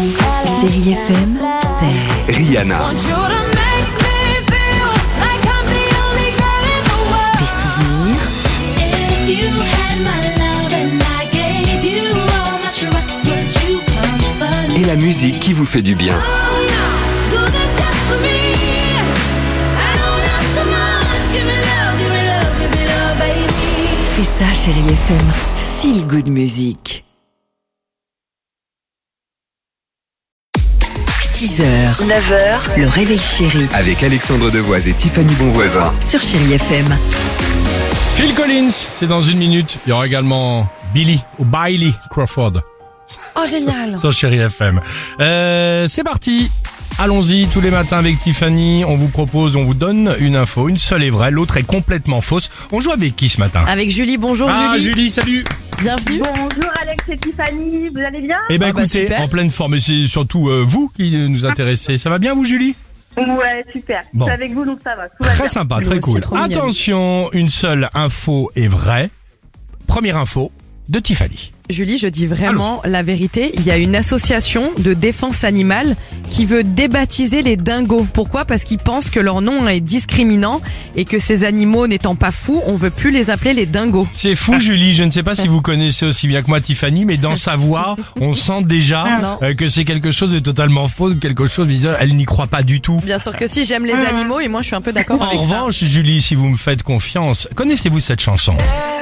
Chérie FM, c'est Rihanna. des souvenirs Et la musique qui vous fait du bien. c'est ça Chérie FM, Feel Good Music. 6h, 9h, le réveil chéri Avec Alexandre Devoise et Tiffany Bonvoisin. sur Chérie FM. Phil Collins, c'est dans une minute. Il y aura également Billy Crawford Oh génial. sur Chérie FM. C'est parti. Allons-y, tous les matins avec Tiffany, on vous donne une info, une seule est vraie, l'autre est complètement fausse. On joue avec qui ce matin? Avec Julie, bonjour Julie, salut. Bienvenue. Bonjour Alex et Tiffany, vous allez bien? Eh ben Ah bah, écoutez, super. en pleine forme, et c'est surtout vous qui nous intéressez. Ça va bien vous Julie? Ouais, super. Bon. Je suis avec vous donc ça va. Tout va Très bien. sympa, Nous très aussi, cool. trop mignonne. Attention, une seule info est vraie. Première info de Tiffany. Julie, je dis vraiment la vérité. Il y a une association de défense animale qui veut débaptiser les dingos. Pourquoi? Parce qu'ils pensent que leur nom est discriminant et que ces animaux n'étant pas fous, on veut plus les appeler les dingos. C'est fou Julie, je ne sais pas si vous connaissez aussi bien que moi Tiffany, mais dans sa voix, on sent déjà Non. que c'est quelque chose de totalement faux, quelque chose, elle n'y croit pas du tout. Bien sûr que si, j'aime les animaux et moi je suis un peu d'accord En avec ça. revanche, Julie, si vous me faites confiance, connaissez-vous cette chanson?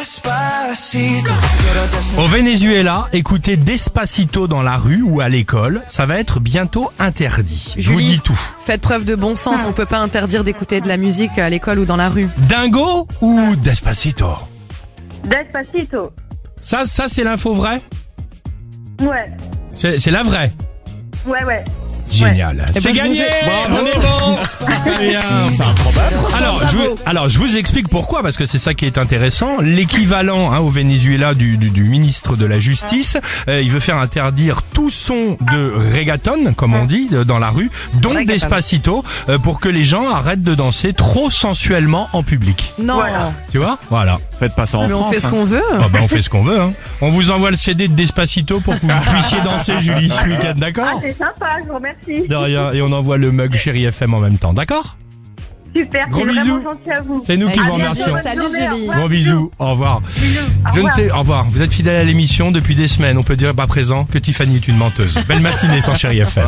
Au Venezuela, écouter Despacito dans la rue ou à l'école, ça va être bientôt interdit. Je vous Julie, dis tout. Faites preuve de bon sens, on peut pas interdire d'écouter de la musique à l'école ou dans la rue. Dingo ou Despacito? Despacito. Ça c'est l'info vraie? Ouais. C'est la vraie? Ouais. Génial. Eh C'est ben, je gagné. vous ai- On est bon. Très bien. Alors, je vous explique pourquoi, parce que c'est ça qui est intéressant. L'équivalent au Venezuela du ministre de la Justice, il veut faire interdire tout son de reggaeton, comme on dit, dans la rue, donc Reggaeton. Despacito, pour que les gens arrêtent de danser trop sensuellement en public. Non, Voilà. Tu vois? Voilà. Faites pas ça en mais on France. fait ce qu'on veut. Ah ben, on fait ce qu'on veut. On vous envoie le CD de Despacito pour que vous puissiez danser, Julie, ce week-end, Ah, d'accord? c'est sympa, je vous remercie. De rien. Et on envoie le mug Chérie FM en même temps, d'accord? Super, Gros c'est bisous. vraiment gentil à vous. C'est nous qui Avec vous plaisir. remercions. Salut, Bonne journée, Julie. au revoir. Gros bisous, au revoir. Bisous. Au Je ne revoir. sais, au revoir. Vous êtes fidèle à l'émission depuis des semaines. On peut dire pas présent que Tiffany est une menteuse. Belle matinée sans Chérie FM.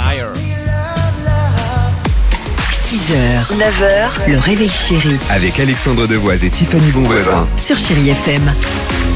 6h, 9h, le réveil chéri Avec Alexandre Devoise et Tiffany Bonvoisin. sur Chérie FM.